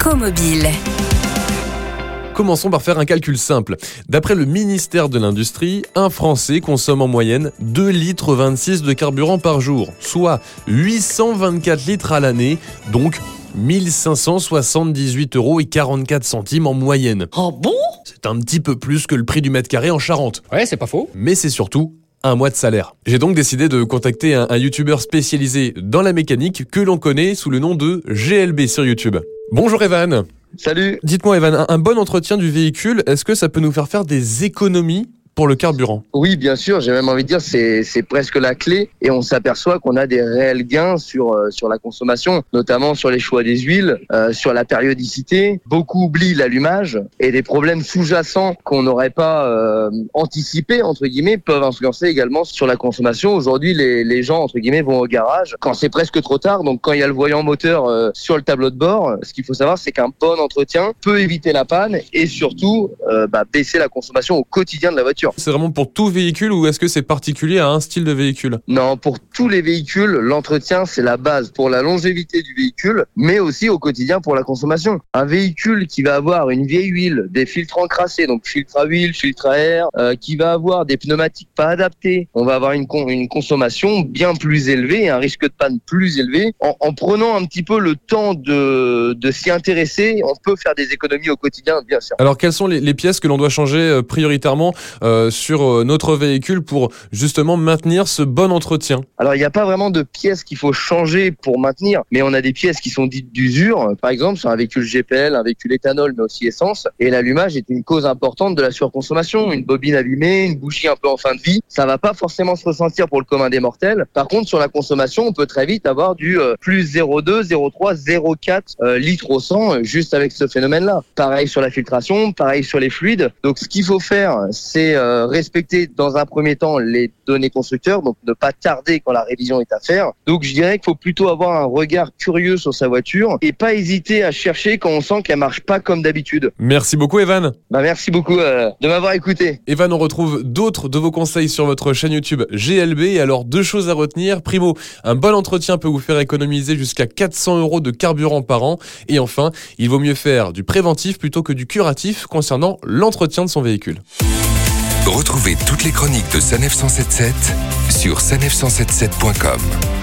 Écomobile. Commençons par faire un calcul simple. D'après le ministère de l'Industrie, un Français consomme en moyenne 2,26 litres de carburant par jour, soit 824 litres à l'année, donc 1578,44 € en moyenne. Oh bon ? C'est un petit peu plus que le prix du mètre carré en Charente. Ouais, c'est pas faux. Mais c'est surtout un mois de salaire. J'ai donc décidé de contacter un youtubeur spécialisé dans la mécanique que l'on connaît sous le nom de GLB sur YouTube. Bonjour Evan. Salut. Dites-moi Evan, un bon entretien du véhicule, est-ce que ça peut nous faire des économies pour le carburant? Oui, bien sûr, j'ai même envie de dire c'est presque la clé et on s'aperçoit qu'on a des réels gains sur la consommation, notamment sur les choix des huiles, sur la périodicité. Beaucoup oublient l'allumage et des problèmes sous-jacents qu'on n'aurait pas anticipés entre guillemets peuvent influencer également sur la consommation. Aujourd'hui, les gens entre guillemets vont au garage quand c'est presque trop tard. Donc quand il y a le voyant moteur sur le tableau de bord, ce qu'il faut savoir c'est qu'un bon entretien peut éviter la panne et surtout baisser la consommation au quotidien de la voiture. C'est vraiment pour tout véhicule ou est-ce que c'est particulier à un style de véhicule? Non, pour tous les véhicules, l'entretien c'est la base pour la longévité du véhicule, mais aussi au quotidien pour la consommation. Un véhicule qui va avoir une vieille huile, des filtres encrassés, donc filtre à huile, filtre à air, qui va avoir des pneumatiques pas adaptés, on va avoir une consommation bien plus élevée et un risque de panne plus élevé. En prenant un petit peu le temps de s'y intéresser, on peut faire des économies au quotidien, bien sûr. Alors quelles sont les pièces que l'on doit changer prioritairement sur notre véhicule pour justement maintenir ce bon entretien? Alors il n'y a pas vraiment de pièces qu'il faut changer pour maintenir, mais on a des pièces qui sont dites d'usure, par exemple sur un véhicule GPL, un véhicule éthanol mais aussi essence, et l'allumage est une cause importante de la surconsommation. Une bobine abîmée, une bougie un peu en fin de vie, ça va pas forcément se ressentir pour le commun des mortels. Par contre sur la consommation, on peut très vite avoir du plus 0,2, 0,3, 0,4 litres au 100 juste avec ce phénomène-là. Pareil sur la filtration, pareil sur les fluides. Donc ce qu'il faut faire, c'est respecter dans un premier temps les données constructeurs, donc ne pas tarder quand la révision est à faire. Donc je dirais qu'il faut plutôt avoir un regard curieux sur sa voiture et pas hésiter à chercher quand on sent qu'elle marche pas comme d'habitude. Merci beaucoup Evan. Merci beaucoup de m'avoir écouté. Evan, on retrouve d'autres de vos conseils sur votre chaîne YouTube GLB. Et alors deux choses à retenir. Primo, un bon entretien peut vous faire économiser jusqu'à 400 € de carburant par an. Et enfin, il vaut mieux faire du préventif plutôt que du curatif concernant l'entretien de son véhicule. Retrouvez toutes les chroniques de Sanef 177 sur sanef177.com.